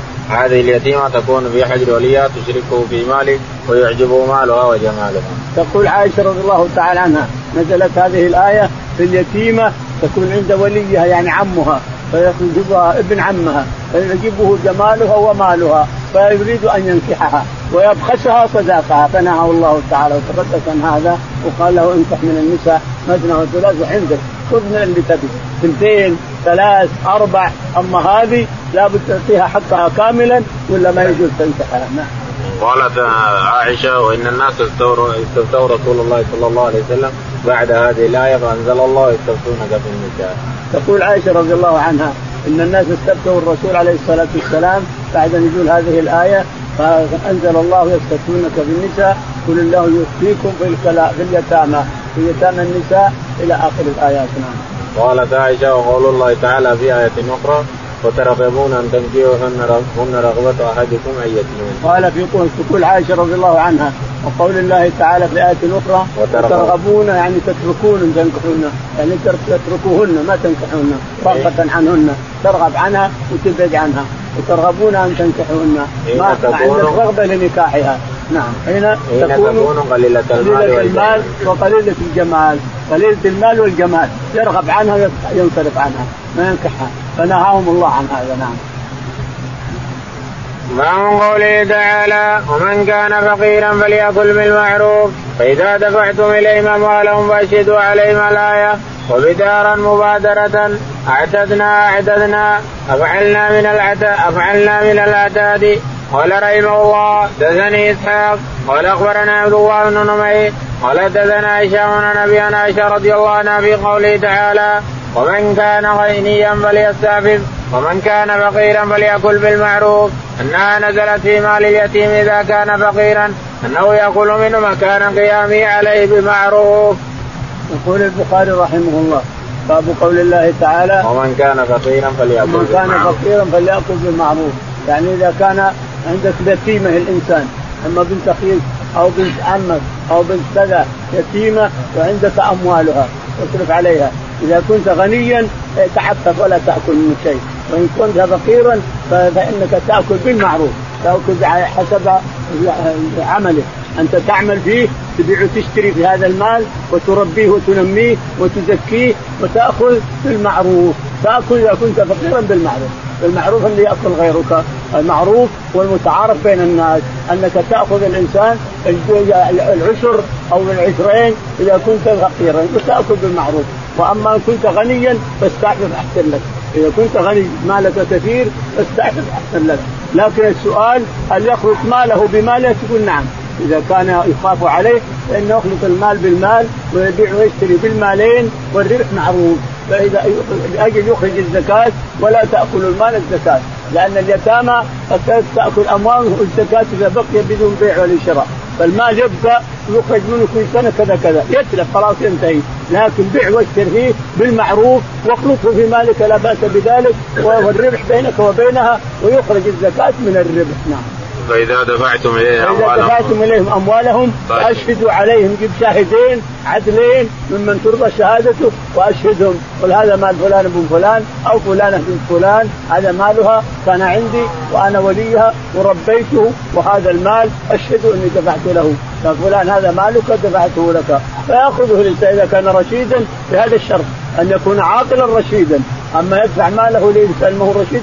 هذه اليتيمة تكون في حجر وليها تشركه في ماله ويعجبه مالها وجمالها. تقول عائشة رضي الله تعالى عنها نزلت هذه الآية في اليتيمة تكون عند وليها يعني عمها فيعجبها ابن عمها فيعجبه جمالها ومالها فيريد أن ينكحها ويبخسها صداقها، فنهى الله تعالى وتقدس عن هذا وقال له انكح من النساء مثنى وثلاث وعندك خذ من اللي تبي اثنتين ثلاث أربع، أما هذه لابد تعطيها حقها كاملا ولا ما يجوز تنكحها. قالت عائشة وإن الناس استفتوا رسول الله صلى الله عليه وسلم بعد هذه الآية فأنزل الله يستفتونك في النساء. تقول عائشة رضي الله عنها إن الناس استفتوا الرسول عليه الصلاة والسلام بعد نزول هذه الآية فأنزل الله يستفتونك في النساء قل الله يفتيكم في اليتامى في يتامى النساء إلى آخر الآيات. قالت عائشة وقول الله تعالى في آية أخرى وترغبون أن تنكحوهن رغبة أحدكم أن يتمون. قال في تقول عائشة رضي الله عنها وقول الله تعالى في آية أخرى وترغبون يعني تتركون تنكحون يعني تتركوهن ما تنكحون رغبة عنهن ترغب عنها وتبعد عنها وترغبون أن تنكحوهن ما عندك رغبة لنكاحها. نعم حين تكون قليلة المال وقليلة الجمال قليلة المال والجمال يرغب عنها ينصرف عنها ما ينكحها فنهاهم الله عن هذا. نعم. من قوله تعالى ومن كان فقيرا فليأكل بالمعروف فإذا دفعتم إليهم أموالهم فأشهدوا عليهم الآية وبدارا مبادرة أعتدنا أعتدنا أفعلنا من العتاد أفعلنا من العتاد. قال رحمه الله دثني إسحاق قال أخبرنا عبد الله بن نمير قال دثنا هشام عن أبي عائشة رضي الله عنها في قوله تعالى ومن كان غنيا فليستعفف ومن كان فقيرا فليأكل بالمعروف أنها نزلت في مال اليتيم إذا كان فقيرا أنه يأكل منه مكان قيامه عليه بمعروف. يقول البخاري رحمه الله باب قول الله تعالى ومن كان فقيرا فليأكل ومن كان فقيرا فليأكل بالمعروف. يعني إذا كان عندك يتيمة الإنسان أما بنت أخيك أو بنت عمك أو بنت كذا يتيمة وعندك أموالها تصرف عليها إذا كنت غنيا تعفف ولا تأكل من شيء وإن كنت فقيرا فإنك تأكل بالمعروف تأكل حسب عمله أنت تعمل فيه تبيع وتشتري في هذا المال وتربيه وتنميه وتزكيه وتأخذ بالمعروف. تأكل إذا كنت فقيرا بالمعروف بالمعروف اللي يأكل غيرك المعروف والمتعارف بين الناس أنك تأخذ الإنسان العشر أو العشرين إذا كنت فقيرا وتأكل بالمعروف. وأما إن كنت غنيا فاستعفف أحسن لك إذا كنت غني مالك كثير فاستعفف أحسن لك. لكن السؤال هل يخلط ماله بماله تقول نعم إذا كان يخاف عليه فإنه يخلط المال بالمال ويبيع ويشتري بالمالين والربح معروف. فإذا أجل يخرج الزكاة ولا تأكل المال الزكاة لأن اليتامى تأكل أموالهم الزكاة إذا بقي بدون بيع ولا شراء فالمال يبقى يخرج منه كل سنة كذا كذا يتلف خلاص ينتهي. لكن بيع واشتري فيه بالمعروف واخلطه في مالك لا بأس بذلك والربح بينك وبينها ويخرج الزكاة من الربح. نعم. فإذا دفعتم إليهم أموالهم, دفعتم إليهم أموالهم فأشهدوا عليهم جيب شاهدين عدلين ممن ترضى شهادته وأشهدهم قل هذا مال فلان بن فلان أو فلانة بن فلان هذا مالها كان عندي وأنا وليها وربيته وهذا المال أشهدوا أني دفعت له فلان هذا مالك دفعته لك فيأخذه الإنسان إذا كان رشيدا بهذا الشرط أن يكون عاقلا رشيدا. أما يدفع ماله لإنسان ما هو رشيد لا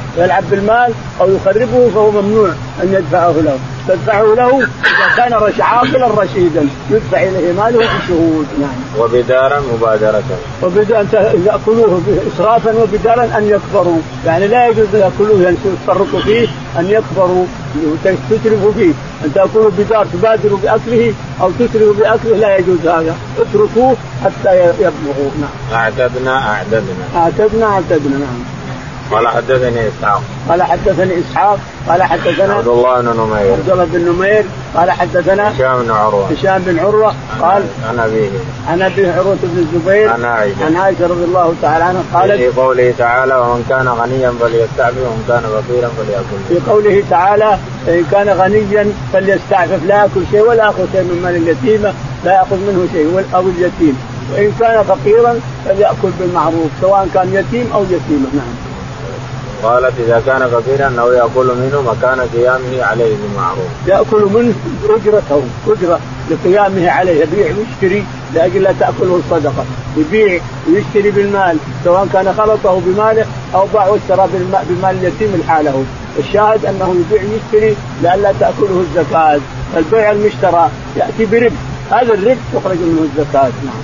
يلعب بالمال أو يخربه فهو ممنوع أن يدفعه له، تدفعه له إذا كان رش عاقلا رشيدا يدفع إليه ماله بشهود. نعم. وبدارا مبادرة. وبدأ أن يأكلوه إسرافا وبدارا أن يكبروا، يعني لا يجوز يأكلوه يعني يتفرقوا فيه أن يكبروا وتسرفوا فيه، أن تأكلوا بدار تبادروا بأكله أو تسرفوا بأكله لا يجوز هذا، اتركوه حتى يبلغوا. نعم. أعتدنا أعتدنا أعتدنا أعتدنا. نعم. قال حدثني إسحاق قال حدثني إسحاق قال حدثنا عبد الله بن نمير عبد الله بن نمير قال حدثنا هشام بن عروة هشام بن عروة قال عن أبيه عن أبي عروة بن الزبير عن عائشة عن عائشة رضي الله تعالى عنها قالت في قوله تعالى ومن كان غنيا فليستعفف ومن كان فقيرا فليأكل. في قوله تعالى إن كان غنيا فليستعفف لا يأكل شيء ولا يأخذ شيء من مال اليتيم لا يأخذ منه شيء أو اليتيم، وإن كان فقيرا فليأكل بالمعروف سواء كان يتيم أو يتيمة. نعم. قالت إذا كان فقيرا أنه يأكل منه مكان قيامه عليه بالمعروف. يأكل منه أجرته أجرة لقيامه عليه، يبيع ويشتري لأجل لا تأكله الصدقة، يبيع ويشتري بالمال سواء كان خلطه بماله أو باع واشترى بمال اليتيم لحاله. الشاهد أنه يبيع ويشتري لألا تأكله الزكاة. البيع المشترى يأتي بربح، هذا الربح تخرج منه الزكاة. نعم.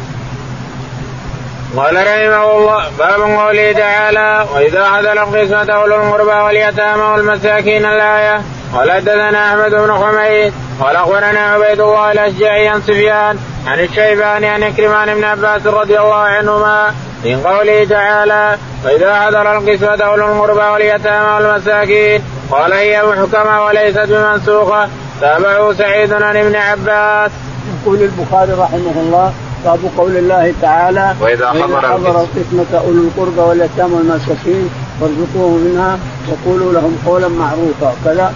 قال رحمه الله باب قوله تعالى وإذا حضر القسمة أولو القربى واليتامى والمساكين الآية. قال حدثنا أحمد بن حميد قال أخبرنا عبيد الله الأشجعي عن سفيان عن الشيباني عن عكرمة بن عباس رضي الله عنهما من قوله تعالى وإذا حضر القسمة أولو القربى واليتامى والمساكين قال هي محكمة وليست بمنسوخة. تابعه سعيد عن ابن عباس. يقول البخاري رحمه الله باب قول الله تعالى وإذا حضر القسمة أولو القربى واليتامى والمساكين وارزقوهم منها وقولوا لهم قولا معروفا. كذا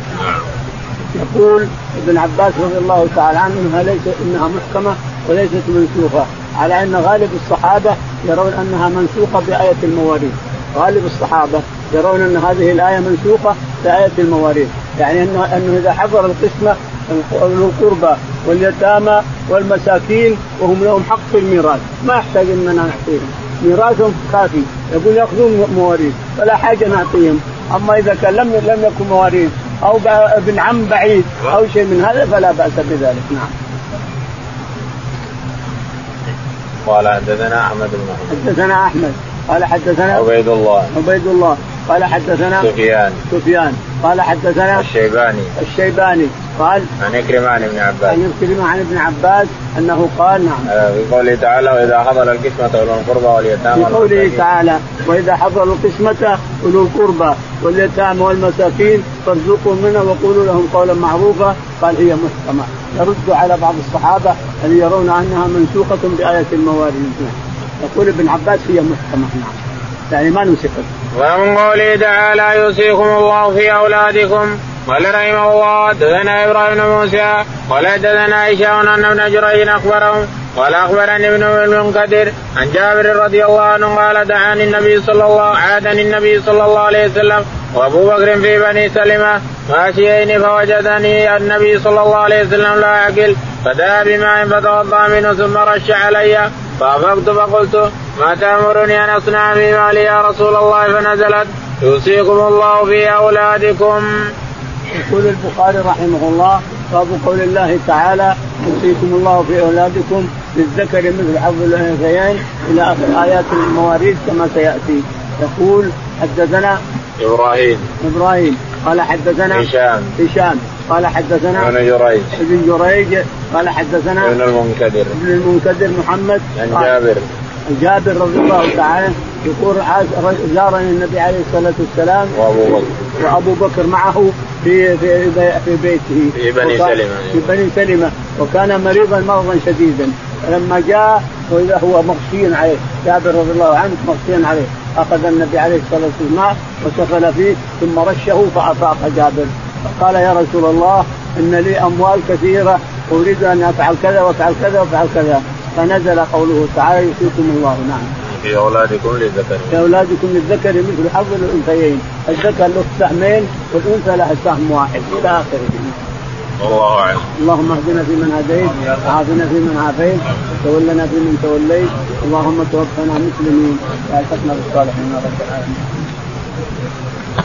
يقول ابن عباس رضي الله تعالى عنه إنها ليس إنها محكمة وليست منسوخة، على أن غالب الصحابة يرون أنها منسوخة بآية المواريث. غالب الصحابة يرون أن هذه الآية منسوخة بآية المواريث، يعني أنه, أنه إذا حضر القسمة القربى واليتامى والمساكين وهم لهم حق في الميراث ما يحتاج أننا نعطيهم، ميراثهم كافي، يقول يأخذون مواريث فلا حاجة نعطيهم. أما إذا كان لم لم يكن مواريث أو ابن عم بعيد أو شيء من هذا فلا بأس بذلك. نعم. قال حدثنا أحمد بن محمد حدثنا أحمد قال حدثنا عبيد الله عبيد الله قال حدثنا سفيان سفيان قال حدثنا الشيباني الشيباني قال عن عكرمة عن ابن عباس عن عكرمة عن ابن عباس أنه قال نعم في قوله تعالى وإذا حضر القسمة أولو القربى واليتامى في قوله تعالى وإذا حضر القسمة أولو القربى واليتامى والمساكين فارزقوا منها وقولوا لهم قولا معروفا. قال هي محكمة، يرد على بعض الصحابة اللي يرون أنها منسوخة بآية المواريث. يقول ابن عباس هي محكمة نعم، يعني ما نسخت. ومن قوله تعالى يوصيكم الله في أولادكم. قال رحمه الله حدثنا إبراهيم بن موسى قال حدثنا هشام أن ابن جريج أخبرهم قال أخبرني ابن المنكدر عن جابر رضي الله عنه قال دعاني النبي صلى الله عادني النبي صلى الله عليه وسلم وأبو بكر في بني سلمة ماشيين فوجدني النبي صلى الله عليه وسلم لا أعقل فدعا بماء فتوضأ منه ثم رش علي فأفقت فقلت ما تأمرني أن أصنع في مالي يا رسول الله فنزلت يوصيكم الله في أولادكم. يقول البخاري رحمه الله باب قول الله تعالى يوصيكم الله في أولادكم للذكر مثل حظ الأنثيين إلى آخر آيات المواريث كما سيأتي. يقول حدثنا إبراهيم إبراهيم قال حدثنا هشام هشام قال حدثنا ابن جريج ابن جريج قال حدثنا ابن المنكدر ابن المنكدر محمد عن جابر جابر رضي الله تعالى يقول زارني النبي عليه الصلاة والسلام وأبو بكر وأبو بكر معه في في في بيته في بني سلمة في بني سلمة وكان مريضا مرضا شديدا. فلما جاء وإذا هو مغشي عليه جابر رضي الله عنه مغشي عليه أخذ النبي عليه الصلاة والسلام وسفل فيه ثم رشه فأفاق جابر فقال يا رسول الله إن لي أموال كثيرة أريد أن أفعل كذا وأفعل كذا وأفعل كذا. فنزل قوله تعالى يوصيكم الله نعم في أولادكم للذكر في أولادكم للذكر مثل حظ الأنثيين، الذكر له سهمين والأنثى لها سهم واحد إلى آخره. والله أعلم. اللهم اهدنا فيمن هديت وعافنا فيمن عافيت وتولنا فيمن توليت اللهم توفنا مسلمين وألحقنا بالصالحين يا رب العالمين.